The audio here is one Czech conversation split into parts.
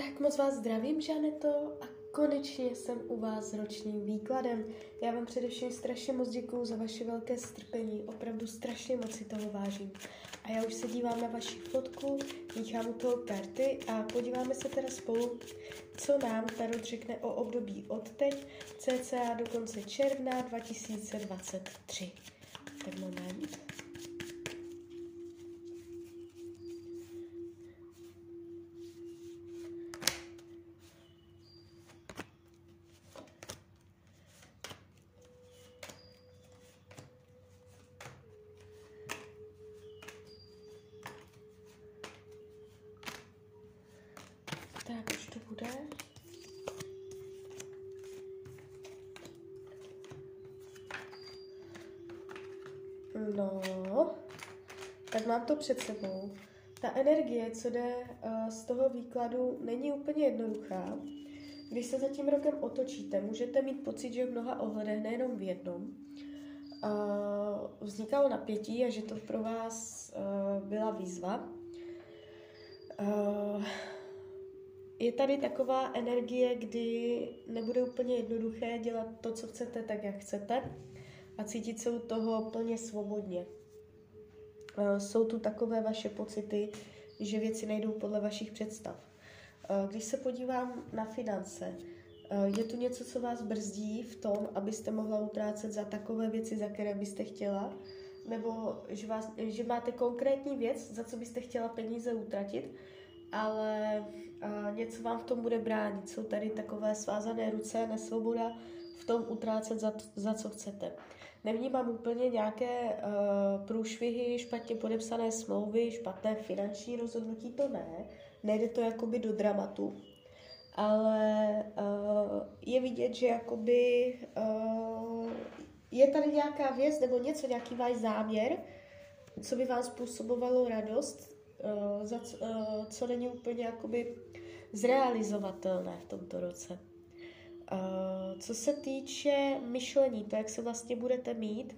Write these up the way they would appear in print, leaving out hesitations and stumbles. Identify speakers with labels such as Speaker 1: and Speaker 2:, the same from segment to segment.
Speaker 1: Tak moc vás zdravím, Žaneto, a konečně jsem u vás s ročním výkladem. Já vám především strašně moc děkuju za vaše velké strpení, opravdu strašně moc si toho vážím. A já už se dívám na vaši fotku, míchám u toho karty a podíváme se teda spolu, co nám Tarot řekne o období od teď, cca do konce června 2023. Tak moment. Tak, už to bude. No, tak mám to před sebou. Ta energie, co jde z toho výkladu, není úplně jednoduchá. Když se za tím rokem otočíte, můžete mít pocit, že v mnoha ohledech, nejenom v jednom, vznikalo napětí a že to pro vás byla výzva. Je tady taková energie, kdy nebude úplně jednoduché dělat to, co chcete, tak, jak chcete a cítit se u toho plně svobodně. Jsou tu takové vaše pocity, že věci nejdou podle vašich představ. Když se podívám na finance, je tu něco, co vás brzdí v tom, abyste mohla utrácet za takové věci, za které byste chtěla, nebo že máte konkrétní věc, za co byste chtěla peníze utratit, ale něco vám v tom bude bránit. Jsou tady takové svázané ruce, nesvoboda v tom utrácet za co chcete. Nevnímám úplně nějaké průšvihy, špatně podepsané smlouvy, špatné finanční rozhodnutí, to ne. Nejde to jakoby do dramatu. Ale je vidět, že jakoby je tady nějaká věc nebo něco, nějaký váš záměr, co by vám způsobovalo radost, co není úplně jakoby zrealizovatelné v tomto roce. Co se týče myšlení, to, jak se vlastně budete mít,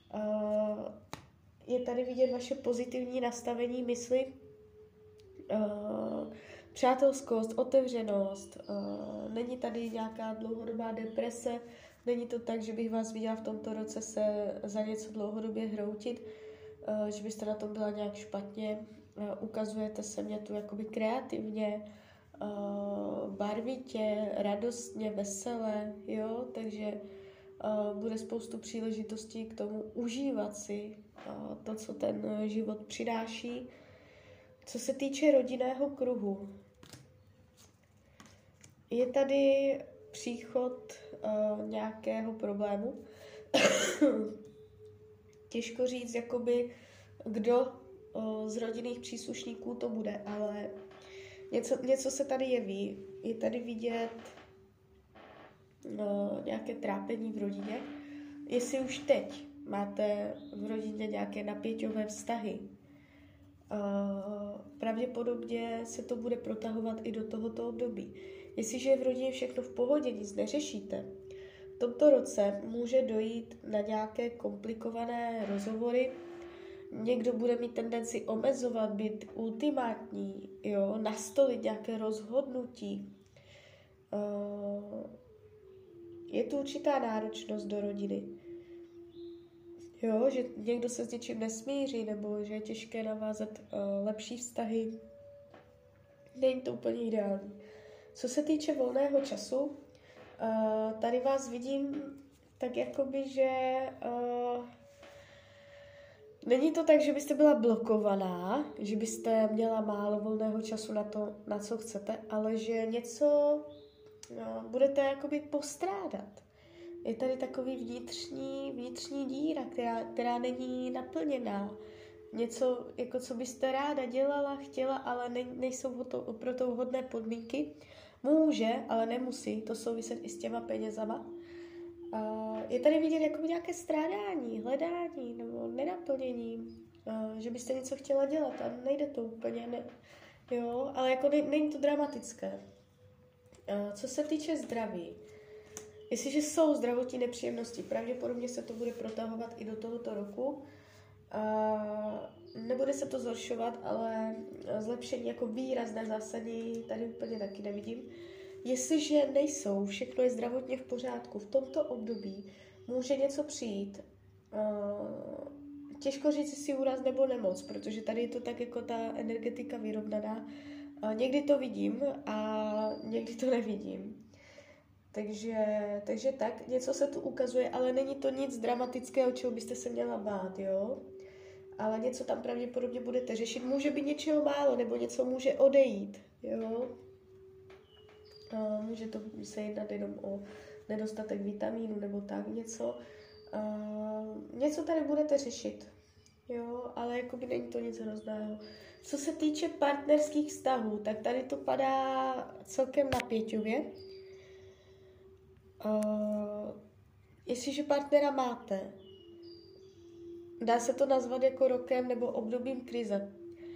Speaker 1: je tady vidět vaše pozitivní nastavení mysli, přátelskost, otevřenost, není tady nějaká dlouhodobá deprese, není to tak, že bych vás viděla v tomto roce se za něco dlouhodobě hroutit, že byste na tom byla nějak špatně, ukazujete se mě tu jakoby kreativně, barvitě, radostně, veselé, jo, takže bude spoustu příležitostí k tomu užívat si to, co ten život přináší. Co se týče rodinného kruhu, je tady příchod nějakého problému. Těžko říct, jakoby, kdo z rodinných příslušníků to bude, ale něco se tady jeví. Je tady vidět nějaké trápení v rodině. Jestli už teď máte v rodině nějaké napěťové vztahy, pravděpodobně se to bude protahovat i do tohoto období. Jestliže je v rodině všechno v pohodě, nic neřešíte, v tomto roce může dojít na nějaké komplikované rozhovory. Někdo bude mít tendenci omezovat, být ultimátní, jo, nastolit nějaké rozhodnutí. Je tu určitá náročnost do rodiny. Jo, že někdo se s něčím nesmíří, nebo že je těžké navázat lepší vztahy. Není to úplně ideální. Co se týče volného času, tady vás vidím tak jakoby, že není to tak, že byste byla blokovaná, že byste měla málo volného času na to, na co chcete, ale že něco budete jakoby postrádat. Je tady takový vnitřní díra, která není naplněná. Něco, jako co byste ráda dělala, chtěla, ale nejsou pro to vhodné podmínky. Může, ale nemusí, to souviset i s těma penězama. Je tady vidět jakoby nějaké strádání, hledání nebo nenaplnění, že byste něco chtěla dělat a nejde to úplně, jo, ale jako není to dramatické. Co se týče zdraví, jestliže jsou zdravotní nepříjemnosti, pravděpodobně se to bude protahovat i do tohoto roku. Nebude se to zhoršovat, ale zlepšení jako výrazné zásadní tady úplně taky nevidím. Jestliže nejsou, všechno je zdravotně v pořádku, v tomto období může něco přijít. Těžko říct, jestli úraz nebo nemoc, protože tady je to tak jako ta energetika vyrovnaná. Někdy to vidím a někdy to nevidím. Takže tak, něco se tu ukazuje, ale není to nic dramatického, čeho byste se měla bát, jo? Ale něco tam pravděpodobně budete řešit. Může být něčeho málo, nebo něco může odejít, jo? Může to se jednat jenom o nedostatek vitamínu nebo tak něco. Něco tady budete řešit, jo? Ale jakoby není to nic hrozného. Co se týče partnerských vztahů, tak tady to padá celkem napěťově. Jestliže partnera máte, dá se to nazvat jako rokem nebo obdobím krize.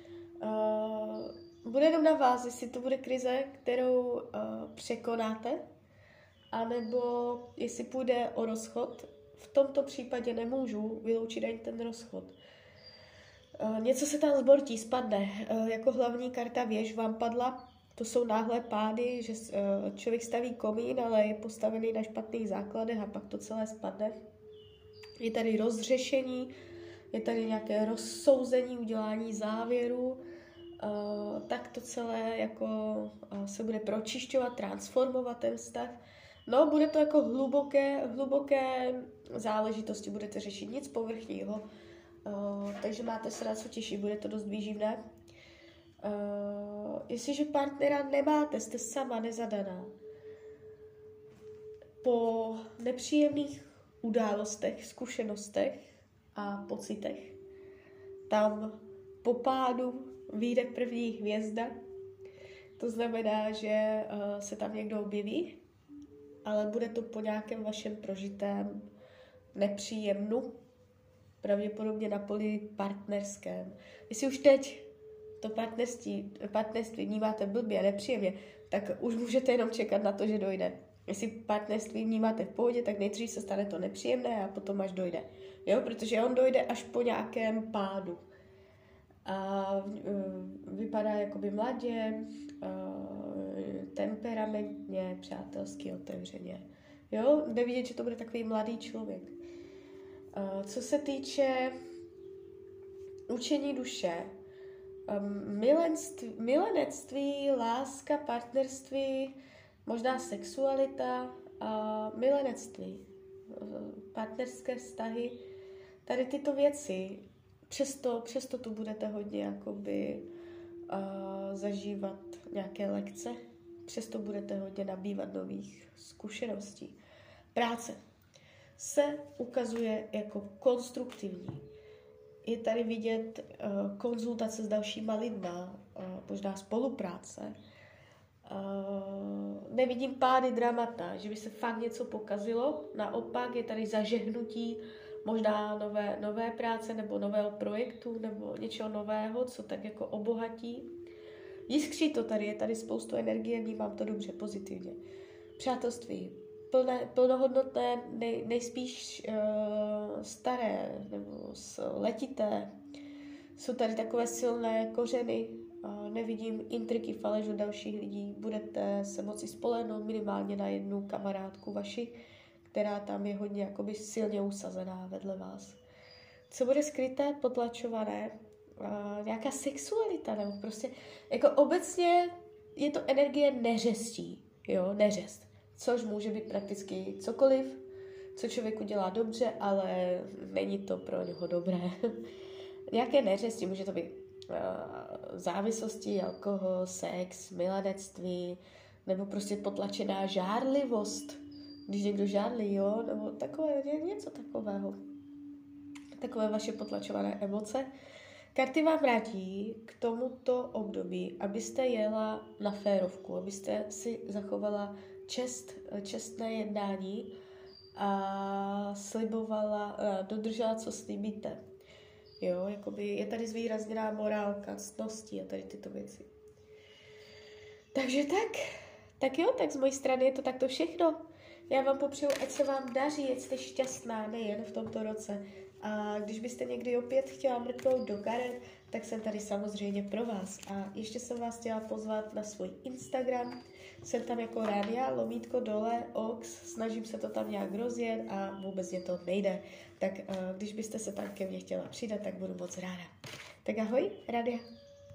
Speaker 1: Bude jenom na vás, jestli to bude krize, kterou překonáte, anebo jestli půjde o rozchod. V tomto případě nemůžu vyloučit ani ten rozchod. Něco se tam zbortí, spadne. Jako hlavní karta věž vám padla. To jsou náhlé pády, že člověk staví komín, ale je postavený na špatných základech a pak to celé spadne. Je tady rozřešení, je tady nějaké rozsouzení, udělání závěru, tak to celé jako se bude pročišťovat, transformovat ten vztah. No, bude to jako hluboké záležitosti, budete řešit nic povrchního, takže máte se na co těšit, bude to dost výživné. Jestliže partnera nemáte, jste sama nezadaná, po nepříjemných událostech, zkušenostech a pocitech, tam po pádu vyjde první hvězda. To znamená, že se tam někdo objeví, ale bude to po nějakém vašem prožitém nepříjemnu, pravděpodobně na poli partnerském. Jestli už teď to partnerství vnímáte blbě, nepříjemně, tak už můžete jenom čekat na to, že dojde. Jestli partnerství vnímáte v pohodě, tak nejdřív se stane to nepříjemné a potom až dojde. Jo, protože on dojde až po nějakém pádu. A vypadá jakoby mladě, temperamentně, přátelsky, otevřeně. Jo, jde vidět, že to bude takový mladý člověk. Co se týče učení duše, milenectví, láska, partnerství, možná sexualita, milenectví, partnerské vztahy, tady tyto věci, přesto tu budete hodně jakoby zažívat nějaké lekce, přesto budete hodně nabývat nových zkušeností. Práce se ukazuje jako konstruktivní. Je tady vidět konzultace s dalšíma lidma, možná spolupráce. Nevidím pády dramata, že by se fakt něco pokazilo. Naopak je tady zažehnutí možná nové práce nebo nového projektu nebo něčeho nového, co tak jako obohatí. Jiskří to tady, je tady spoustu energie, vnímám to dobře, pozitivně. Přátelství, plnohodnotné, nejspíš staré nebo letité. Jsou tady takové silné kořeny, nevidím intriky, faleš od dalších lidí. Budete se moci spolehnout minimálně na jednu kamarádku vaši, která tam je hodně jakoby silně usazená vedle vás. Co bude skryté, potlačované, nějaká sexualita, nebo prostě, jako obecně je to energie neřestí, jo, neřest, což může být prakticky cokoliv, co člověku dělá dobře, ale není to pro něho dobré. Nějaké neřesti, může to být závislosti, alkohol, sex, milenectví, nebo prostě potlačená žárlivost, když někdo žádlí, jo, nebo takové, něco takového. Takové vaše potlačované emoce. Karty vám radí k tomuto období, abyste jela na férovku, abyste si zachovala čestné jednání a slibovala, dodržela, co slíbíte. Jo, jakoby je tady zvýrazněná morálka, ctnosti a tady tyto věci. Takže tak jo, tak z mojí strany je to takto všechno. Já vám popřeju, ať se vám daří, ať jste šťastná nejen v tomto roce, A když byste někdy opět chtěla mrknout do karet, tak jsem tady samozřejmě pro vás. A ještě jsem vás chtěla pozvat na svůj Instagram. Jsem tam jako Rania, _ ox, snažím se to tam nějak rozjet a vůbec mě to nejde. Tak když byste se tam ke mně chtěla přidat, tak budu moc ráda. Tak ahoj, Radia.